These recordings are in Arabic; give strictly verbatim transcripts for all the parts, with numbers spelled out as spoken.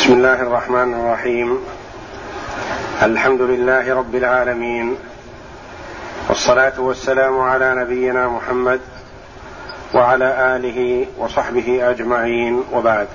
بسم الله الرحمن الرحيم. الحمد لله رب العالمين، والصلاة والسلام على نبينا محمد وعلى آله وصحبه أجمعين، وبعد.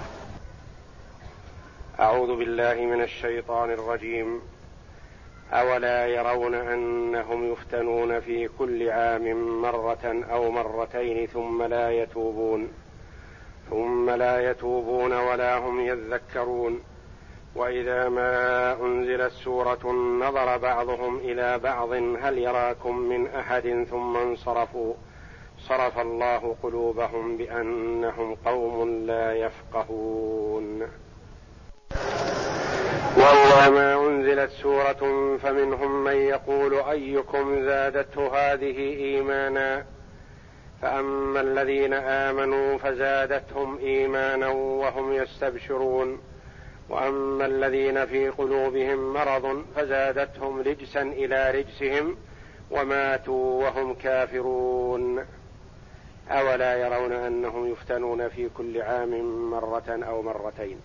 أعوذ بالله من الشيطان الرجيم. أولا يرون أنهم يفتنون في كل عام مرة أو مرتين ثم لا يتوبون ثم لا يتوبون ولا هم يذكرون. وإذا ما أنزلت سورة نظر بعضهم إلى بعض هل يراكم من أحد ثم انصرفوا صرف الله قلوبهم بأنهم قوم لا يفقهون. وإذا ما أنزلت سورة فمنهم من يقول أيكم زادته هذه إيمانا، فأما الذين آمنوا فزادتهم إيمانا وهم يستبشرون، وأما الذين في قلوبهم مرض فزادتهم رجسا إلى رجسهم وماتوا وهم كافرون. أولا يرون أنهم يفتنون في كل عام مرة أو مرتين.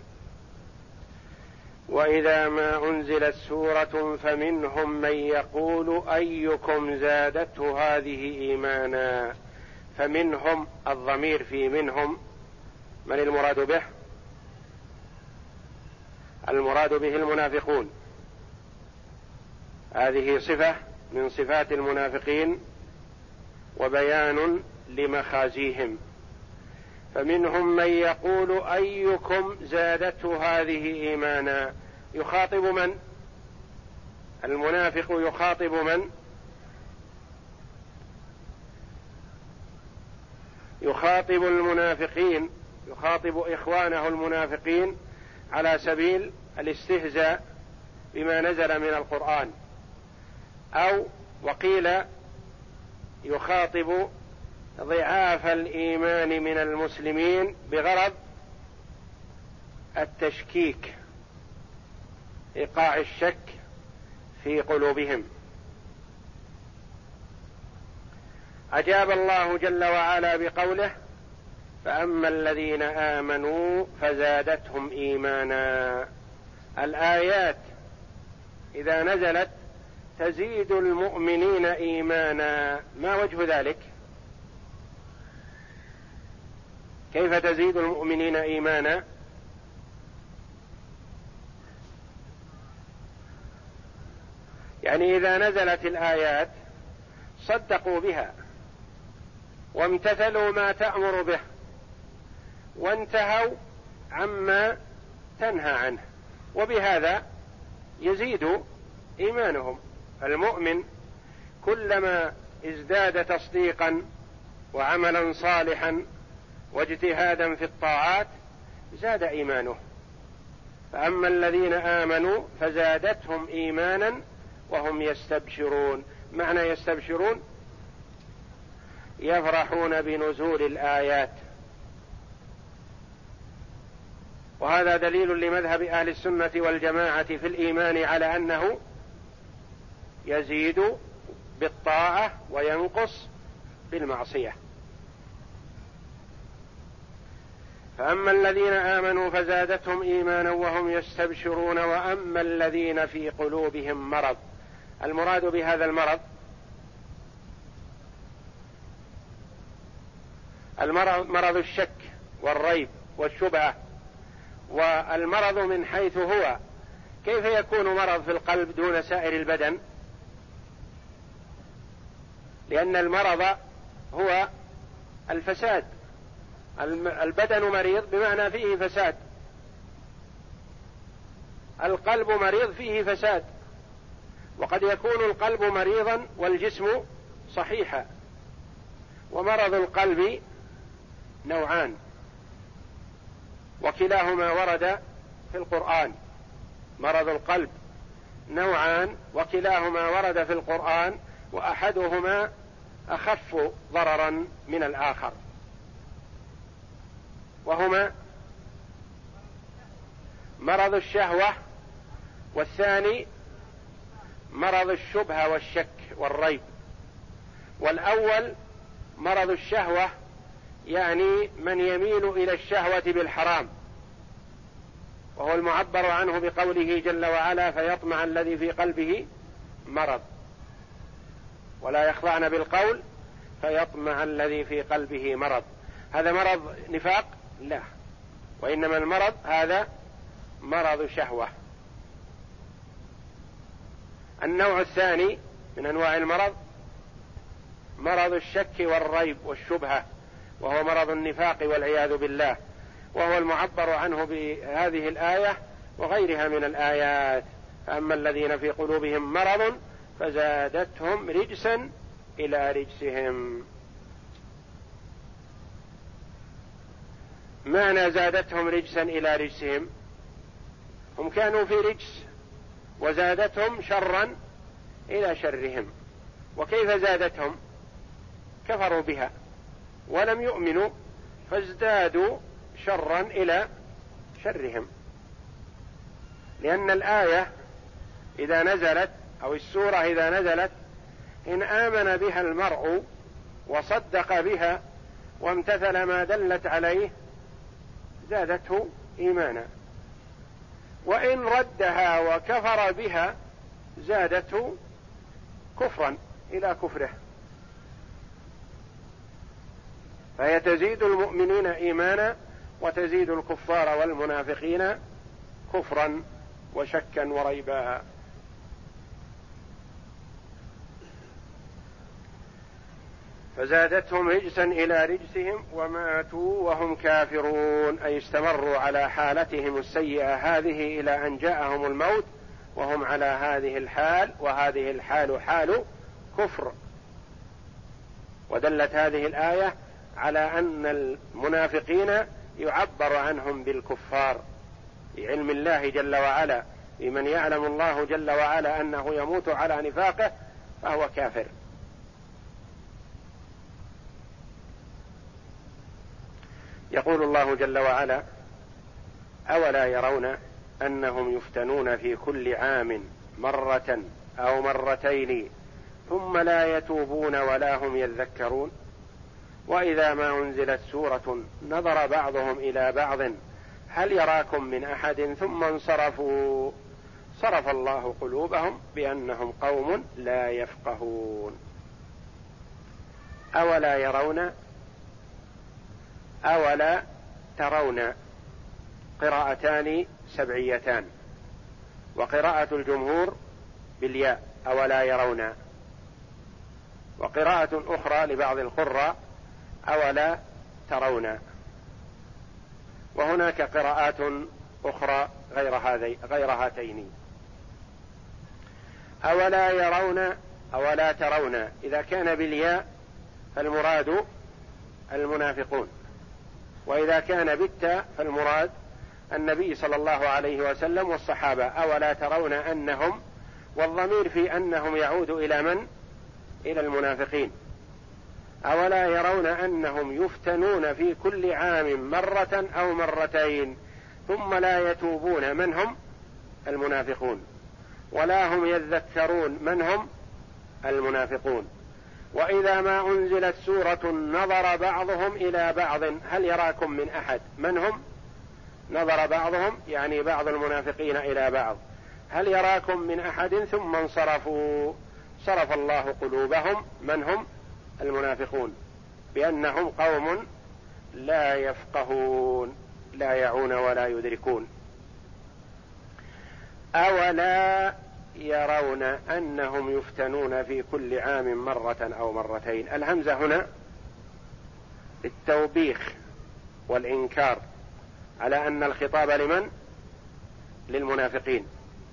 وإذا ما أنزلت سورة فمنهم من يقول أيكم زادته هذه إيمانا. فمنهم الضمير في منهم من المراد به؟ المراد به المنافقون. هذه صفة من صفات المنافقين وبيان لمخازيهم. فمنهم من يقول أيكم زادته هذه إيمانا. يخاطب من؟ المنافق يخاطب من؟ يخاطب المنافقين، يخاطب إخوانه المنافقين على سبيل الاستهزاء بما نزل من القرآن، أو وقيل يخاطب ضعاف الإيمان من المسلمين بغرض التشكيك، إيقاع الشك في قلوبهم. أجاب الله جل وعلا بقوله: فأما الذين آمنوا فزادتهم إيمانا. الآيات إذا نزلت تزيد المؤمنين إيمانا. ما وجه ذلك؟ كيف تزيد المؤمنين إيمانا؟ يعني إذا نزلت الآيات صدقوا بها وامتثلوا ما تأمر به وانتهوا عما تنهى عنه، وبهذا يزيد إيمانهم. المؤمن كلما ازداد تصديقا وعملا صالحا واجتهادا في الطاعات زاد إيمانه. فأما الذين آمنوا فزادتهم إيمانا وهم يستبشرون. معنى يستبشرون يفرحون بنزول الآيات. وهذا دليل لمذهب أهل السنة والجماعة في الإيمان على أنه يزيد بالطاعة وينقص بالمعصية. فأما الذين آمنوا فزادتهم إيمانا وهم يستبشرون، وأما الذين في قلوبهم مرض. المراد بهذا المرض المرض مرض الشك والريب والشبهة. والمرض من حيث هو، كيف يكون مرض في القلب دون سائر البدن؟ لأن المرض هو الفساد. البدن مريض بمعنى فيه فساد، القلب مريض فيه فساد. وقد يكون القلب مريضا والجسم صحيحا. ومرض القلب نوعان وكلاهما ورد في القرآن. مرض القلب نوعان وكلاهما ورد في القرآن، وأحدهما أخف ضررا من الآخر، وهما مرض الشهوة، والثاني مرض الشبهة والشك والريب. والأول مرض الشهوة يعني من يميل إلى الشهوة بالحرام، وهو المعبر عنه بقوله جل وعلا فيطمع الذي في قلبه مرض، ولا يخضعن بالقول فيطمع الذي في قلبه مرض. هذا مرض نفاق؟ لا، وإنما المرض هذا مرض شهوة. النوع الثاني من أنواع المرض مرض الشك والريب والشبهة، وهو مرض النفاق والعياذ بالله، وهو المعبر عنه بهذه الآية وغيرها من الآيات. أما الذين في قلوبهم مرض فزادتهم رجسا إلى رجسهم. معنى زادتهم رجسا إلى رجسهم، هم كانوا في رجس وزادتهم شرا إلى شرهم. وكيف زادتهم؟ كفروا بها ولم يؤمنوا فازدادوا شرا إلى شرهم. لأن الآية إذا نزلت أو السورة إذا نزلت إن آمن بها المرء وصدق بها وامتثل ما دلت عليه زادته إيمانا، وإن ردها وكفر بها زادته كفرا إلى كفره. فهي تزيد المؤمنين إيمانا وتزيد الكفار والمنافقين كفرا وشكا وريبا. فزادتهم رجسا إلى رجسهم وماتوا وهم كافرون، أي استمروا على حالتهم السيئة هذه إلى أن جاءهم الموت وهم على هذه الحال، وهذه الحال حال كفر. ودلت هذه الآية على أن المنافقين يعبر عنهم بالكفار بعلم الله جل وعلا. لمن يعلم الله جل وعلا أنه يموت على نفاقه فهو كافر. يقول الله جل وعلا أولا يرون أنهم يفتنون في كل عام مرة أو مرتين ثم لا يتوبون ولا هم يذكرون وإذا ما أنزلت سورة نظر بعضهم إلى بعض هل يراكم من أحد ثم انصرفوا صرف الله قلوبهم بأنهم قوم لا يفقهون. أولا يرون أولا ترون قراءتان سبعيتان، وقراءة الجمهور بالياء أولا يرون، وقراءة أخرى لبعض القراء أولا ترون. وهناك قراءات أخرى غير هذي غير هاتين. أولا يرون أولا ترون إذا كان بالياء فالمراد المنافقون، وإذا كان بالتاء فالمراد النبي صلى الله عليه وسلم والصحابة. أولا ترون أنهم، والضمير في أنهم يعود إلى من؟ إلى المنافقين. أولا يرون أنهم يفتنون في كل عام مرة أو مرتين ثم لا يتوبون، من هم؟ المنافقون. ولا هم يذكرون، من هم؟ المنافقون. وإذا ما أنزلت سورة نظر بعضهم إلى بعض هل يراكم من أحد، من هم؟ نظر بعضهم يعني بعض المنافقين إلى بعض هل يراكم من أحد ثم انصرفوا صرف الله قلوبهم، من هم؟ المنافقون، بأنهم قوم لا يفقهون لا يعون ولا يدركون. أولا يرون أنهم يفتنون في كل عام مرة أو مرتين. الهمزة هنا للتوبيخ والإنكار على أن الخطاب لمن؟ للمنافقين.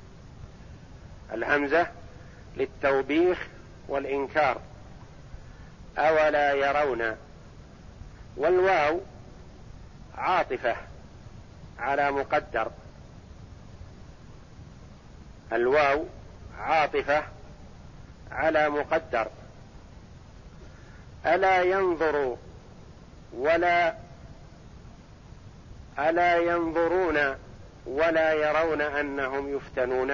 الهمزة للتوبيخ والإنكار. أولا يرون، والواو عاطفة على مقدر، الواو عاطفة على مقدر. ألا ينظر ولا ألا ينظرون ولا يرون أنهم يفتنون،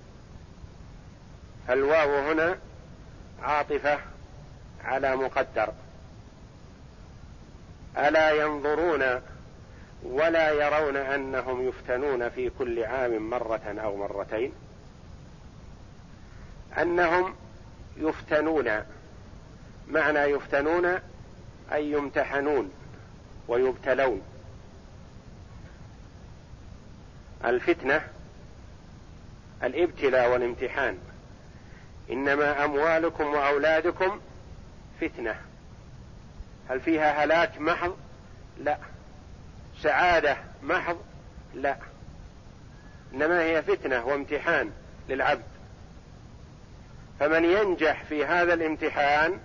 فالواو هنا عاطفة على مقدر. ألا ينظرون ولا يرون أنهم يفتنون في كل عام مرة أو مرتين؟ أنهم يفتنون، معنى يفتنون أي يمتحنون ويبتلون. الفتنة الابتلاء والامتحان، إنما أموالكم وأولادكم فتنة. هل فيها هلاك محض؟ لا. سعادة محض؟ لا، إنما هي فتنة وامتحان للعبد، فمن ينجح في هذا الامتحان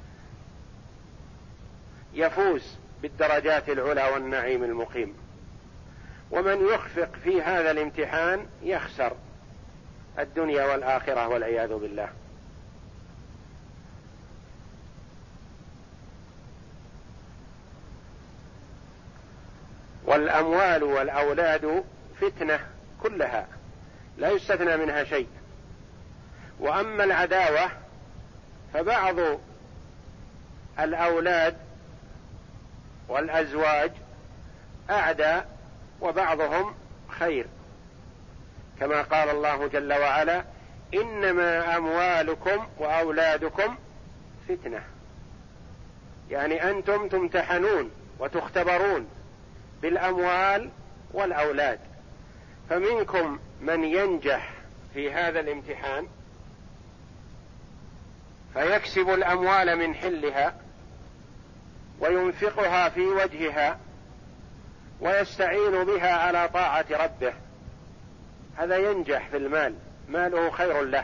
يفوز بالدرجات العلى والنعيم المقيم، ومن يخفق في هذا الامتحان يخسر الدنيا والآخرة والعياذ بالله. والأموال والأولاد فتنة كلها، لا يستثنى منها شيء. وأما العداوة فبعض الأولاد والأزواج أعدى وبعضهم خير، كما قال الله جل وعلا: إنما أموالكم وأولادكم فتنة، يعني أنتم تمتحنون وتختبرون بالأموال والأولاد، فمنكم من ينجح في هذا الامتحان فيكسب الأموال من حلها وينفقها في وجهها ويستعين بها على طاعة ربه، هذا ينجح في المال، ماله خير له.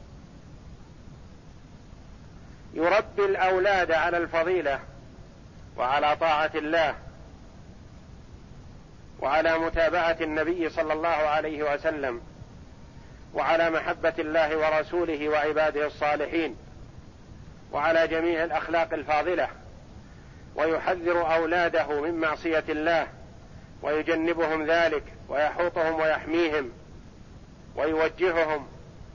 يربي الأولاد على الفضيلة وعلى طاعة الله وعلى متابعة النبي صلى الله عليه وسلم وعلى محبة الله ورسوله وعباده الصالحين وعلى جميع الأخلاق الفاضلة، ويحذر أولاده من معصية الله ويجنبهم ذلك ويحوطهم ويحميهم ويوجههم،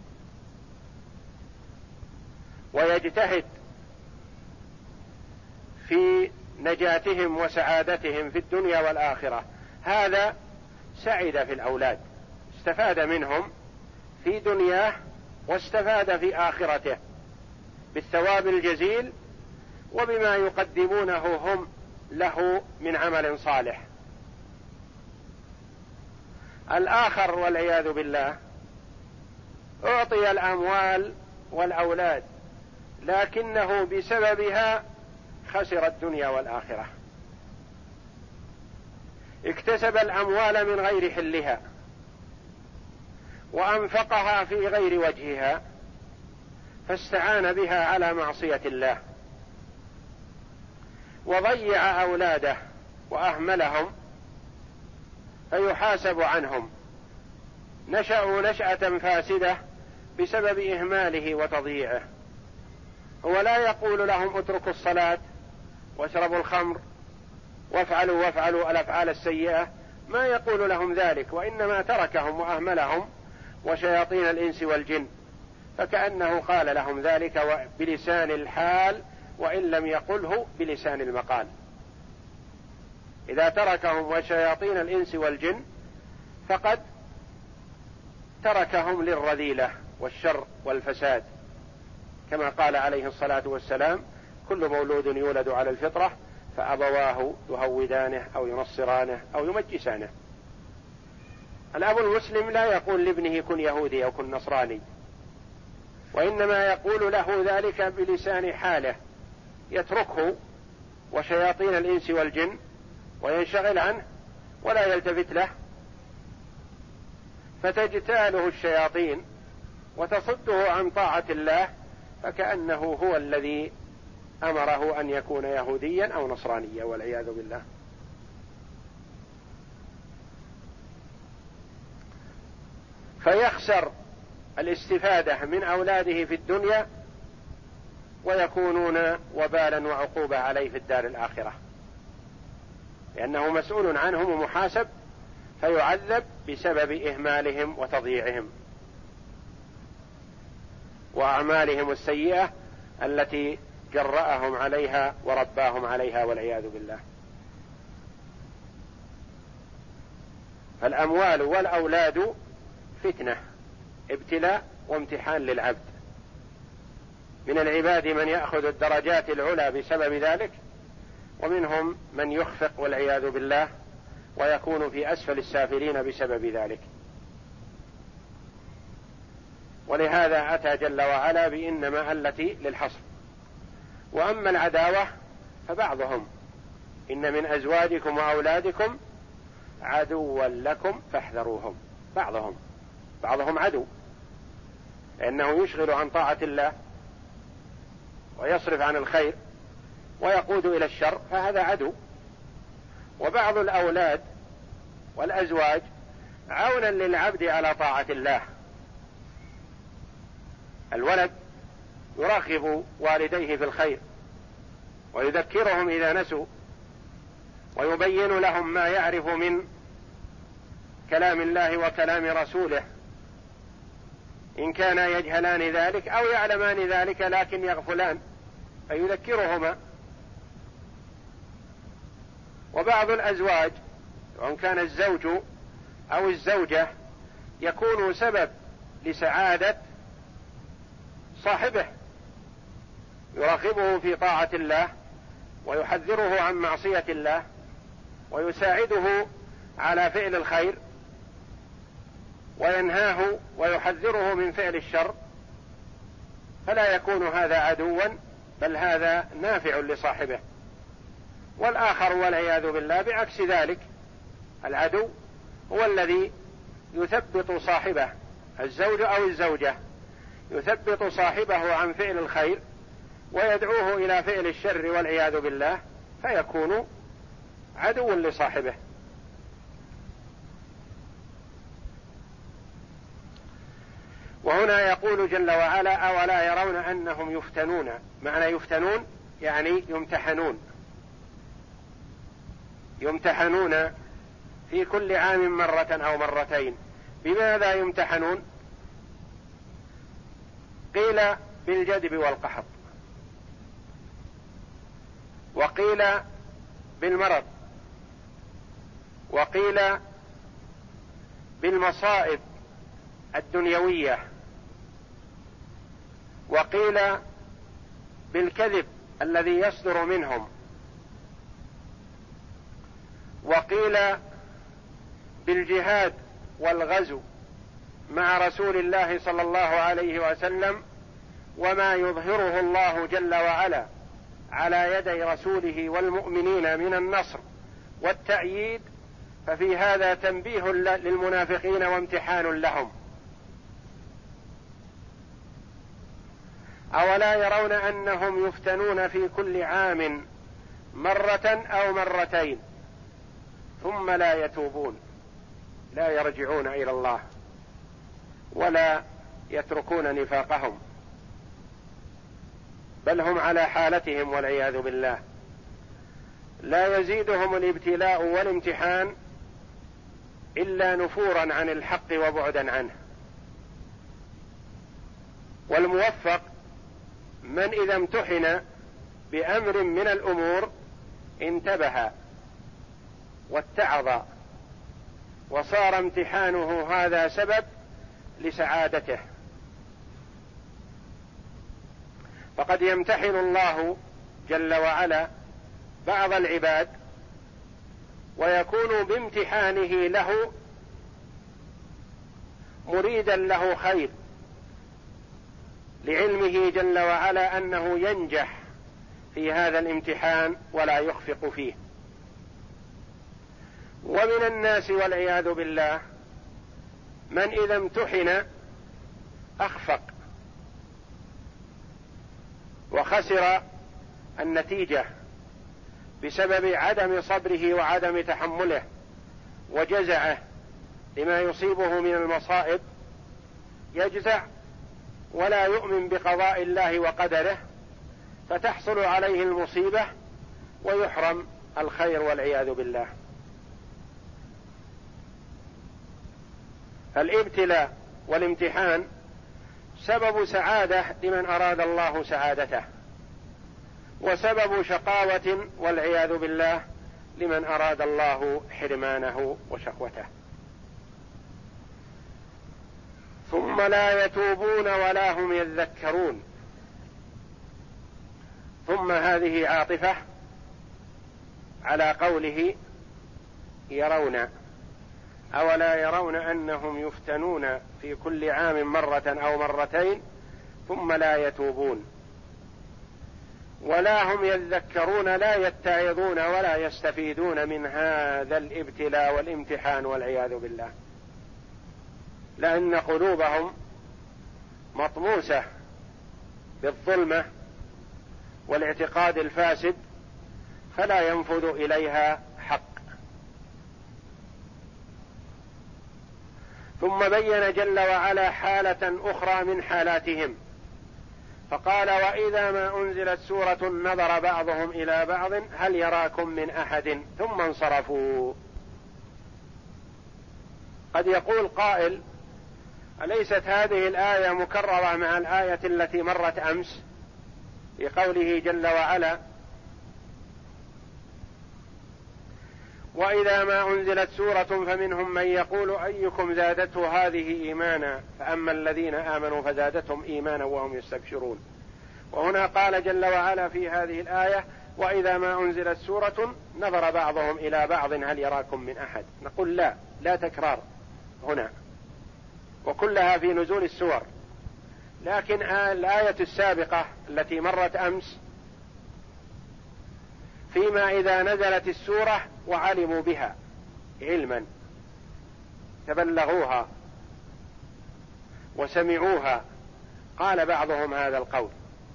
ويجتهد في نجاتهم وسعادتهم في الدنيا والآخرة. هذا سعد في الأولاد، استفاد منهم في دنياه واستفاد في آخرته بالثواب الجزيل وبما يقدمونه هم له من عمل صالح. الآخر والعياذ بالله أعطي الأموال والأولاد لكنه بسببها خسر الدنيا والآخرة، اكتسب الأموال من غير حلها وأنفقها في غير وجهها فاستعان بها على معصية الله وضيع أولاده وأهملهم، فيحاسب عنهم، نشأوا نشأة فاسدة بسبب إهماله وتضييعه. هو لا يقول لهم اتركوا الصلاة واشربوا الخمر وافعلوا وافعلوا الأفعال السيئة، ما يقول لهم ذلك، وإنما تركهم وأهملهم وشياطين الإنس والجن، فكأنه قال لهم ذلك بلسان الحال وإن لم يقله بلسان المقال. إذا تركهم وشياطين الإنس والجن فقد تركهم للرذيلة والشر والفساد، كما قال عليه الصلاة والسلام: كل مولود يولد على الفطرة فأبواه يهودانه أو ينصرانه أو يمجسانه. الأب المسلم لا يقول لابنه كن يهودي أو كن نصراني، وإنما يقول له ذلك بلسان حاله، يتركه وشياطين الإنس والجن وينشغل عنه ولا يلتفت له، فتجتاله الشياطين وتصده عن طاعة الله، فكأنه هو الذي أمره أن يكون يهوديا أو نصرانيا والعياذ بالله. فيخسر الاستفادة من أولاده في الدنيا ويكونون وبالا وعقوبة عليه في الدار الآخرة، لأنه مسؤول عنهم ومحاسب، فيعذب بسبب إهمالهم وتضييعهم وأعمالهم السيئة التي جرأهم عليها ورباهم عليها والعياذ بالله. فالأموال والأولاد فتنة، ابتلاء وامتحان للعبد. من العباد من يأخذ الدرجات العلى بسبب ذلك، ومنهم من يخفق والعياذ بالله ويكون في أسفل السافلين بسبب ذلك. ولهذا أتى جل وعلا بإنما التي للحصر. وأما العداوة فبعضهم إن من أزواجكم وأولادكم عدوا لكم فاحذروهم. بعضهم بعضهم عدو، لأنه يشغل عن طاعة الله ويصرف عن الخير ويقود إلى الشر، فهذا عدو. وبعض الأولاد والأزواج عونا للعبد على طاعة الله. الولد يراقب والديه في الخير ويذكرهم إذا نسوا، ويبين لهم ما يعرف من كلام الله وكلام رسوله إن كانا يجهلان ذلك أو يعلمان ذلك لكن يغفلان، فيذكرهما. وبعض الأزواج وإن كان الزوج أو الزوجة يكون سبب لسعادة صاحبه، يراقبه في طاعة الله ويحذره عن معصية الله ويساعده على فعل الخير وينهاه ويحذره من فعل الشر، فلا يكون هذا عدوا، بل هذا نافع لصاحبه. والآخر والعياذ بالله بعكس ذلك، العدو هو الذي يثبط صاحبه، الزوج أو الزوجة يثبط صاحبه عن فعل الخير ويدعوه إلى فعل الشر والعياذ بالله، فيكون عدو لصاحبه. وهنا يقول جل وعلا: أولا يرون أنهم يفتنون. معنى يفتنون يعني يمتحنون، يمتحنون في كل عام مرة أو مرتين. بماذا يمتحنون؟ قيل بالجدب والقحط، وقيل بالمرض، وقيل بالمصائب الدنيوية، وقيل بالكذب الذي يصدر منهم، وقيل بالجهاد والغزو مع رسول الله صلى الله عليه وسلم وما يظهره الله جل وعلا على يدي رسوله والمؤمنين من النصر والتأييد، ففي هذا تنبيه للمنافقين وامتحان لهم. أولا يرون أنهم يفتنون في كل عام مرة أو مرتين ثم لا يتوبون، لا يرجعون إلى الله ولا يتركون نفاقهم، بل هم على حالتهم والعياذ بالله. لا يزيدهم الابتلاء والامتحان إلا نفورا عن الحق وبعدا عنه. والموفق من إذا امتحن بأمر من الأمور انتبه واتعظ، وصار امتحانه هذا سبب لسعادته. فقد يمتحن الله جل وعلا بعض العباد ويكون بامتحانه له مريدا له خير، لعلمه جل وعلا أنه ينجح في هذا الامتحان ولا يخفق فيه. ومن الناس والعياذ بالله من إذا امتحن أخفق وخسر النتيجة بسبب عدم صبره وعدم تحمله وجزعه لما يصيبه من المصائب، يجزع ولا يؤمن بقضاء الله وقدره، فتحصل عليه المصيبة ويحرم الخير والعياذ بالله. الابتلاء والامتحان سبب سعادة لمن أراد الله سعادته، وسبب شقاوة والعياذ بالله لمن أراد الله حرمانه وشقوته. ثم لا يتوبون ولا هم يذكرون. ثم هذه عاطفة على قوله يرون، أولا يرون أنهم يفتنون في كل عام مرة أو مرتين ثم لا يتوبون ولا هم يذكرون، لا يتعظون ولا يستفيدون من هذا الابتلاء والامتحان والعياذ بالله، لأن قلوبهم مطموسة بالظلمة والاعتقاد الفاسد فلا ينفذ إليها حق. ثم بين جل وعلا حالة أخرى من حالاتهم فقال وإذا ما أنزلت سورة نظر بعضهم إلى بعض هل يراكم من أحد ثم انصرفوا. قد يقول قائل أليست هذه الآية مكررة مع الآية التي مرت أمس في قوله جل وعلا وإذا ما أنزلت سورة فمنهم من يقول أيكم زادته هذه إيمانا فأما الذين آمنوا فزادتهم إيمانا وهم يستبشرون. وهنا قال جل وعلا في هذه الآية وإذا ما أنزلت سورة نظر بعضهم إلى بعض هل يراكم من أحد. نقول لا لا تكرار هنا، وكلها في نزول السور، لكن الآية السابقة التي مرت أمس فيما إذا نزلت السورة وعلموا بها علما تبلغوها وسمعوها قال بعضهم هذا القول.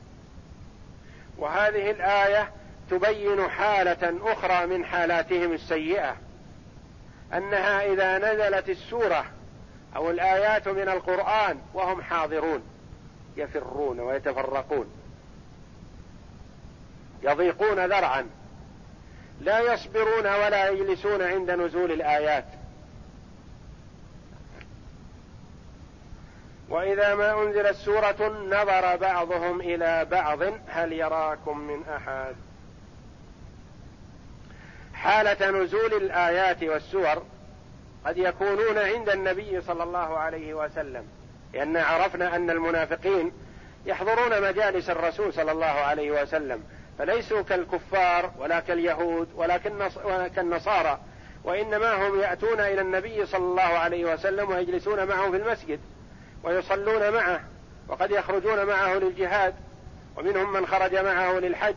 وهذه الآية تبين حالة أخرى من حالاتهم السيئة، أنها إذا نزلت السورة أو الآيات من القرآن وهم حاضرون يفرون ويتفرقون يضيقون ذرعا لا يصبرون ولا يجلسون عند نزول الآيات. وإذا ما أنزلت سورة نظر بعضهم إلى بعض هل يراكم من أحد. حالة نزول الآيات والسور قد يكونون عند النبي صلى الله عليه وسلم، لأن عرفنا أن المنافقين يحضرون مجالس الرسول صلى الله عليه وسلم، فليسوا كالكفار ولا كاليهود ولا كالنصارى، وإنما هم يأتون إلى النبي صلى الله عليه وسلم ويجلسون معه في المسجد ويصلون معه، وقد يخرجون معه للجهاد، ومنهم من خرج معه للحج،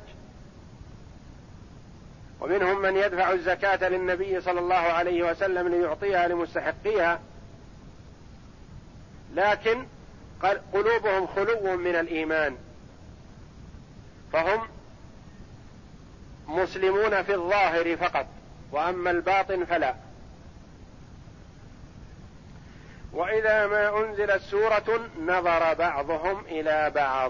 ومنهم من يدفع الزكاة للنبي صلى الله عليه وسلم ليعطيها لمستحقيها، لكن قلوبهم خلو من الإيمان، فهم مسلمون في الظاهر فقط، وأما الباطن فلا. وإذا ما أنزلت سورة نظر بعضهم إلى بعض،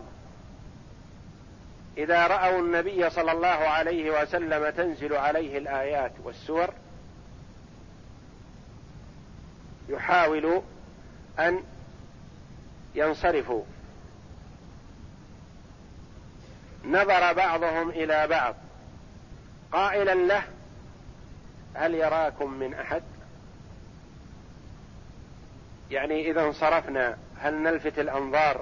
إذا رأوا النبي صلى الله عليه وسلم تنزل عليه الآيات والسور يحاولوا أن ينصرفوا. نظر بعضهم إلى بعض قائلا له هل يراكم من أحد، يعني إذا انصرفنا هل نلفت الأنظار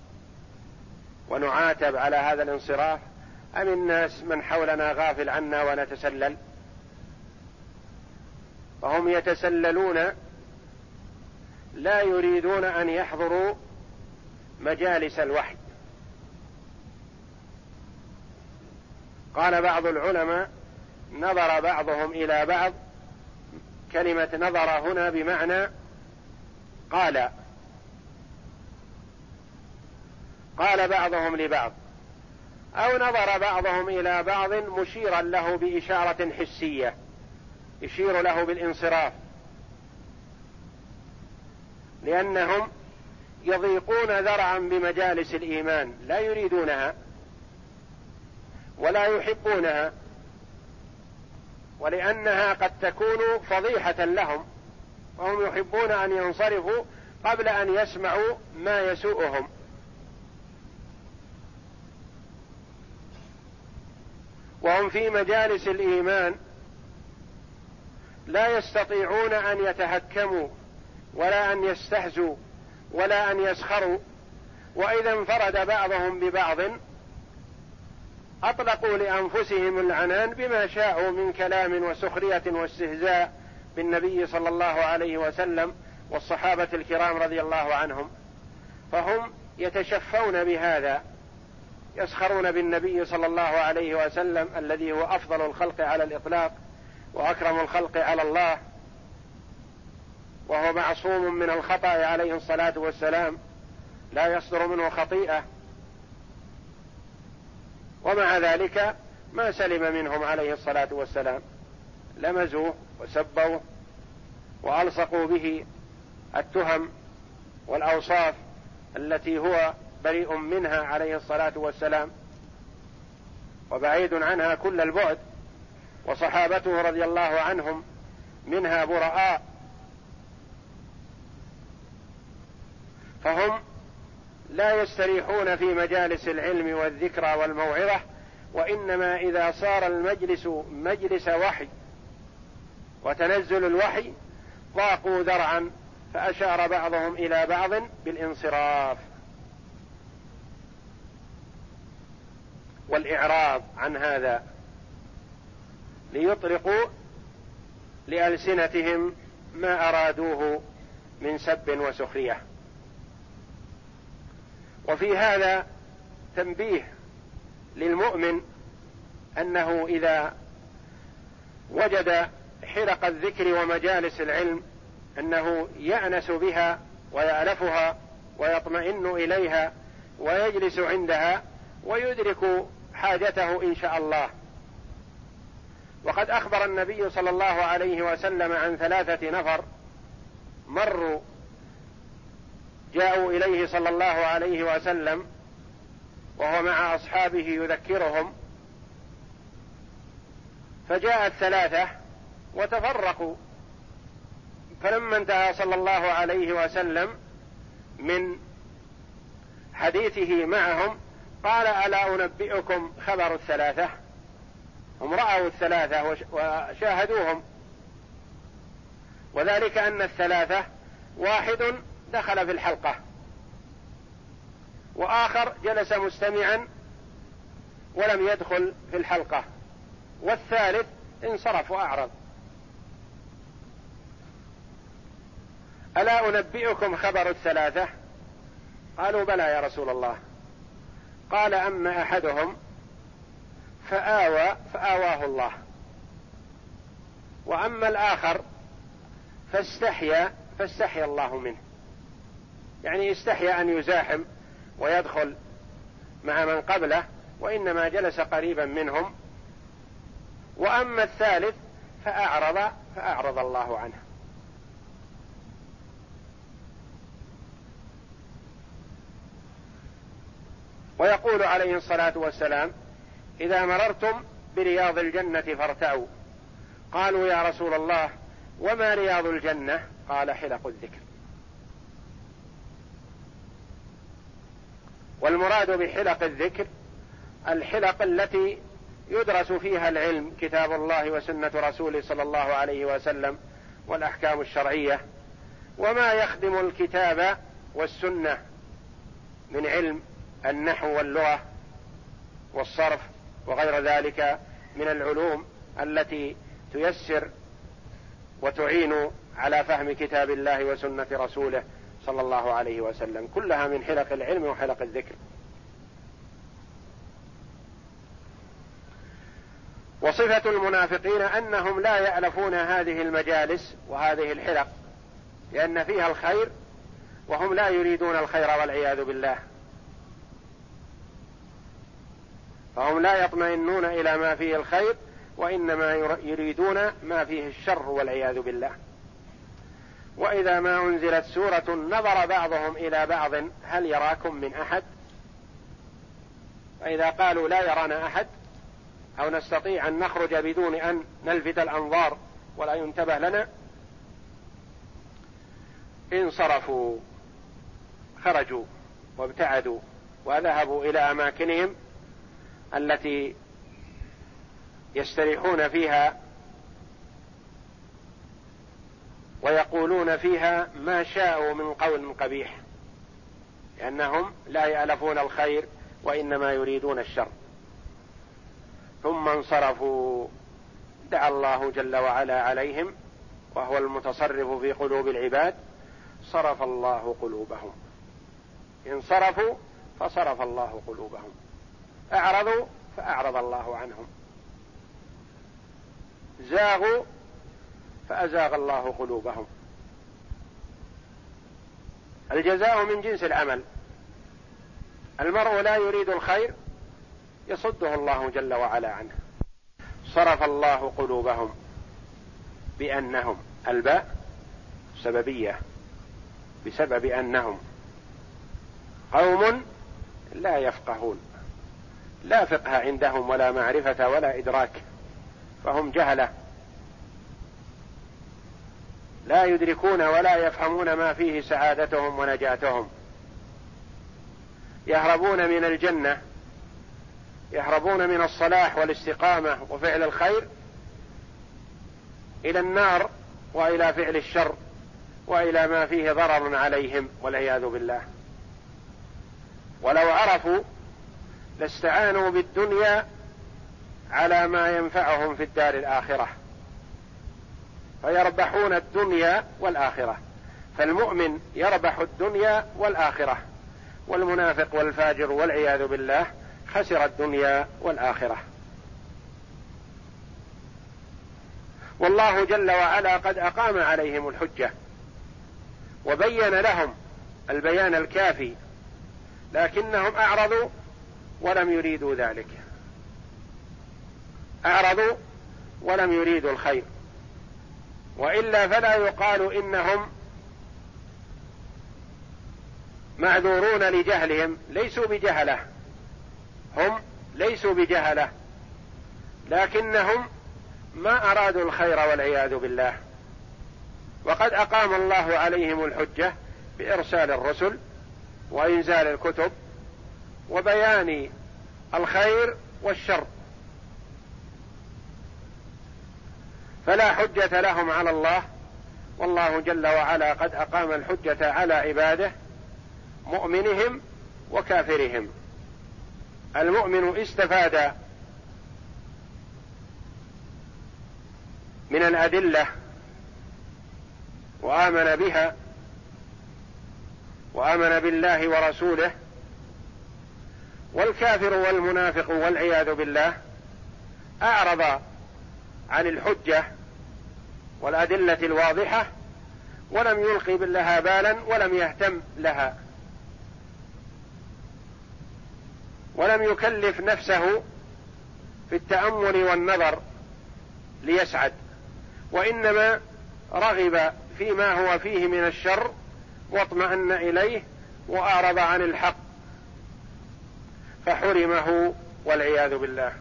ونعاتب على هذا الانصراف، أم الناس من حولنا غافل عنا ونتسلل؟ فهم يتسللون لا يريدون أن يحضروا مجالس الوحي. قال بعض العلماء نظر بعضهم إلى بعض، كلمة نظر هنا بمعنى قال قال بعضهم لبعض، أو نظر بعضهم إلى بعض مشيرا له بإشارة حسية يشير له بالانصراف، لأنهم يضيقون ذرعا بمجالس الإيمان لا يريدونها ولا يحبونها، ولأنها قد تكون فضيحة لهم، وهم يحبون أن ينصرفوا قبل أن يسمعوا ما يسوءهم. وهم في مجالس الإيمان لا يستطيعون أن يتهكموا ولا أن يستهزوا ولا أن يسخروا، وإذا انفرد بعضهم ببعض أطلقوا لأنفسهم العنان بما شاءوا من كلام وسخرية واستهزاء بالنبي صلى الله عليه وسلم والصحابة الكرام رضي الله عنهم، فهم يتشفون بهذا، يسخرون بالنبي صلى الله عليه وسلم الذي هو أفضل الخلق على الإطلاق وأكرم الخلق على الله، وهو معصوم من الخطأ عليه الصلاة والسلام، لا يصدر منه خطيئة، ومع ذلك ما سلم منهم عليه الصلاة والسلام، لمزوه وسبوه وألصقوا به التهم والأوصاف التي هو بريء منها عليه الصلاة والسلام وبعيد عنها كل البعد، وصحابته رضي الله عنهم منها براء. فهم لا يستريحون في مجالس العلم والذكرى والموعظة، وإنما إذا صار المجلس مجلس وحي وتنزل الوحي ضاقوا ذرعا، فأشار بعضهم إلى بعض بالانصراف والإعراض عن هذا، ليطلقوا لألسنتهم ما أرادوه من سب وسخرية. وفي هذا تنبيه للمؤمن أنه إذا وجد حلق الذكر ومجالس العلم أنه يأنس بها ويألفها ويطمئن إليها ويجلس عندها ويدرك حاجته إن شاء الله. وقد أخبر النبي صلى الله عليه وسلم عن ثلاثة نفر مروا جاءوا إليه صلى الله عليه وسلم وهو مع أصحابه يذكرهم، فجاء الثلاثة وتفرقوا، فلما انتهى صلى الله عليه وسلم من حديثه معهم قال: ألا أنبئكم خبر الثلاثة؟ هم رأوا الثلاثة وشاهدوهم، وذلك أن الثلاثة واحد دخل في الحلقة، وآخر جلس مستمعا ولم يدخل في الحلقة، والثالث انصرف وأعرض. ألا أنبئكم خبر الثلاثة؟ قالوا: بلى يا رسول الله. قال: أما أحدهم فآوى فآواه الله، وأما الآخر فاستحيا فاستحيا الله منه، يعني استحيا أن يزاحم ويدخل مع من قبله، وإنما جلس قريبا منهم. وأما الثالث فأعرض فأعرض الله عنه. ويقول عليه الصلاة والسلام: إذا مررتم برياض الجنة فارتعوا. قالوا: يا رسول الله وما رياض الجنة؟ قال: حلق الذكر. والمراد بحلق الذكر الحلق التي يدرس فيها العلم، كتاب الله وسنة رسوله صلى الله عليه وسلم والأحكام الشرعية، وما يخدم الكتاب والسنة من علم النحو واللغة والصرف وغير ذلك من العلوم التي تيسر وتعين على فهم كتاب الله وسنة رسوله صلى الله عليه وسلم، كلها من حلق العلم وحلق الذكر. وصفة المنافقين أنهم لا يألفون هذه المجالس وهذه الحلق لأن فيها الخير، وهم لا يريدون الخير والعياذ بالله، فهم لا يطمئنون إلى ما فيه الخير، وإنما يريدون ما فيه الشر والعياذ بالله. وإذا ما أنزلت سورة نظر بعضهم إلى بعض هل يراكم من أحد؟ فإذا قالوا لا يرانا أحد أو نستطيع أن نخرج بدون أن نلفت الأنظار ولا ينتبه لنا، انصرفوا، خرجوا وابتعدوا وذهبوا إلى أماكنهم التي يستريحون فيها ويقولون فيها ما شاءوا من قول قبيح. لأنهم لا يألفون الخير وإنما يريدون الشر. ثم انصرفوا دعا الله جل وعلا عليهم وهو المتصرف في قلوب العباد، صرف الله قلوبهم. انصرفوا فصرف الله قلوبهم، أعرضوا فأعرض الله عنهم، زاغوا فأزاغ الله قلوبهم. الجزاء من جنس العمل. المرء لا يريد الخير يصده الله جل وعلا عنه. صرف الله قلوبهم بأنهم، الباء سببية، بسبب أنهم قوم لا يفقهون، لا فقه عندهم ولا معرفة ولا إدراك، فهم جهلة لا يدركون ولا يفهمون ما فيه سعادتهم ونجاتهم. يهربون من الجنة، يهربون من الصلاح والاستقامة وفعل الخير إلى النار وإلى فعل الشر وإلى ما فيه ضرر عليهم والعياذ بالله. ولو عرفوا لاستعانوا بالدنيا على ما ينفعهم في الدار الآخرة، فيربحون الدنيا والآخرة. فالمؤمن يربح الدنيا والآخرة، والمنافق والفاجر والعياذ بالله خسر الدنيا والآخرة. والله جل وعلا قد أقام عليهم الحجة وبين لهم البيان الكافي، لكنهم أعرضوا ولم يريدوا ذلك، أعرضوا ولم يريدوا الخير. وإلا فلا يقال إنهم معذورون لجهلهم، ليسوا بجهلة، هم ليسوا بجهلة، لكنهم ما أرادوا الخير والعياذ بالله. وقد أقام الله عليهم الحجة بإرسال الرسل وإنزال الكتب وبيان الخير والشر، فلا حجة لهم على الله. والله جل وعلا قد أقام الحجة على عباده مؤمنهم وكافرهم. المؤمن استفاد من الأدلة وآمن بها وآمن بالله ورسوله، والكافر والمنافق والعياذ بالله أعرض عن الحجة والأدلة الواضحة ولم يلقي لها بالا ولم يهتم لها، ولم يكلف نفسه في التأمل والنظر ليسعد، وإنما رغب فيما هو فيه من الشر واطمأن إليه وأعرض عن الحق فحرمه والعياذ بالله،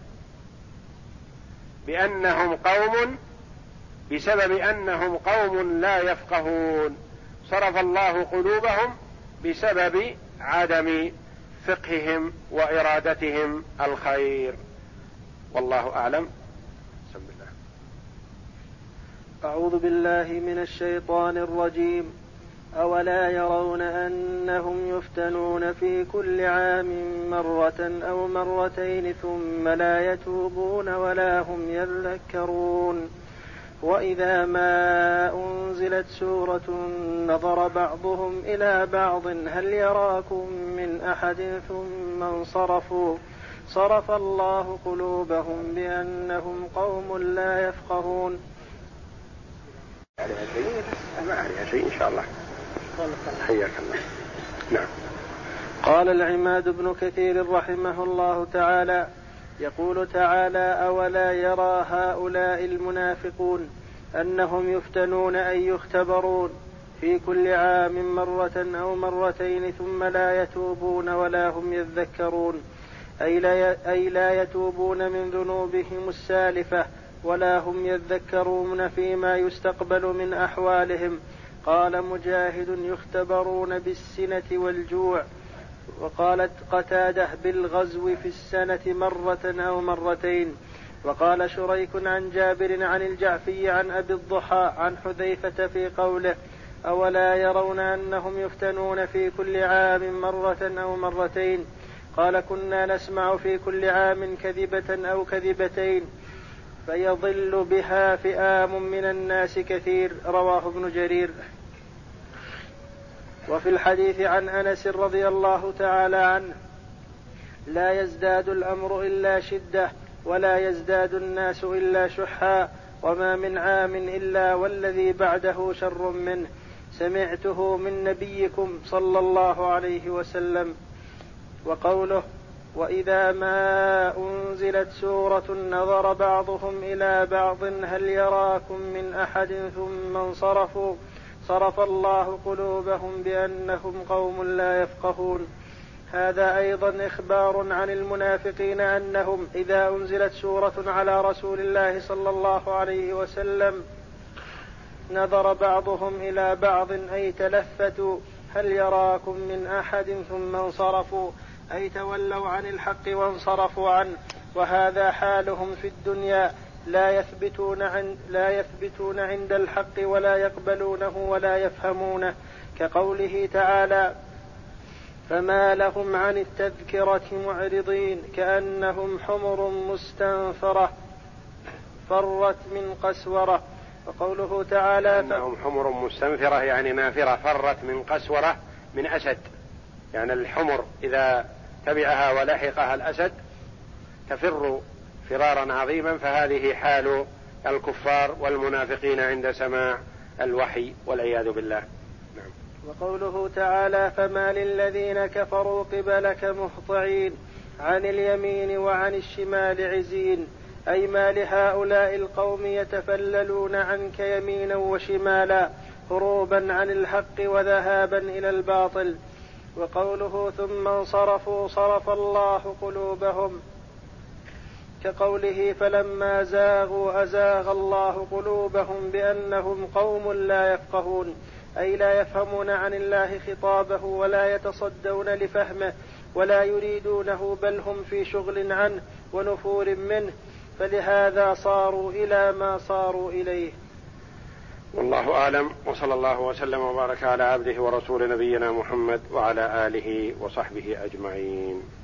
بأنهم قوم بسبب أنهم قوم لا يفقهون. صرف الله قلوبهم بسبب عدم فقههم وإرادتهم الخير. والله أعلم. بسم الله. أعوذ بالله من الشيطان الرجيم. أولا يرون أنهم يفتنون في كل عام مرة أو مرتين ثم لا يتوبون ولا هم يذكرون. وإذا ما أنزلت سورة نظر بعضهم إلى بعض هل يراكم من أحد ثم انصرفوا صرف الله قلوبهم بأنهم قوم لا يفقهون. ما عليها شيء إن شاء الله. حياك الله. نعم. قال العماد بن كثير رحمه الله تعالى: يقول تعالى: أولا يرى هؤلاء المنافقون أنهم يفتنون أي يختبرون في كل عام مرة أو مرتين ثم لا يتوبون ولا هم يذكرون، أي لا, أي لا يتوبون من ذنوبهم السالفة ولا هم يذكرون فيما يستقبل من أحوالهم. قال مجاهد: يختبرون بالسنة والجوع. وقالت قتادة: بالغزو في السنة مرة أو مرتين. وقال شريك عن جابر عن الجعفي عن أبي الضحى عن حذيفة في قوله: أولا يرون أنهم يفتنون في كل عام مرة أو مرتين؟ قال كنا نسمع في كل عام كذبة أو كذبتين فيضل بها فئام من الناس كثير. رواه ابن جرير. وفي الحديث عن أنس رضي الله تعالى عنه لا يزداد الأمر إلا شدة ولا يزداد الناس إلا شحا وما من عام إلا والذي بعده شر منه سمعته من نبيكم صلى الله عليه وسلم. وقوله وإذا ما أنزلت سورة نظر بعضهم إلى بعض هل يراكم من أحد ثم انصرفوا صرف الله قلوبهم بأنهم قوم لا يفقهون. هذا أيضا إخبار عن المنافقين أنهم إذا أنزلت سورة على رسول الله صلى الله عليه وسلم نظر بعضهم إلى بعض أي تلفتوا هل يراكم من أحد ثم انصرفوا أي تولوا عن الحق وانصرفوا عنه. وهذا حالهم في الدنيا لا يثبتون عند, لا يثبتون عند الحق ولا يقبلونه ولا يفهمونه كقوله تعالى فما لهم عن التذكرة معرضين كأنهم حمر مستنفرة فرت من قسورة. وقوله تعالى كأنهم حمر مستنفرة يعني نافرة فرت من قسورة من أسد، يعني الحمر إذا تبعها ولحقها الأسد تفر فرارا عظيما، فهذه حال الكفار والمنافقين عند سماع الوحي والعياذ بالله. نعم. وقوله تعالى فما للذين كفروا قبلك مهطعين عن اليمين وعن الشمال عزين أي ما لهؤلاء القوم يتفللون عنك يمينا وشمالا هروبا عن الحق وذهابا إلى الباطل. وقوله ثم انصرفوا صرف الله قلوبهم كقوله فلما زاغوا أزاغ الله قلوبهم بأنهم قوم لا يفقهون أي لا يفهمون عن الله خطابه ولا يتصدون لفهمه ولا يريدونه بل هم في شغل عنه ونفور منه فلهذا صاروا إلى ما صاروا إليه. والله أعلم، وصلى الله وسلم وبارك على عبده ورسول نبينا محمد وعلى آله وصحبه أجمعين.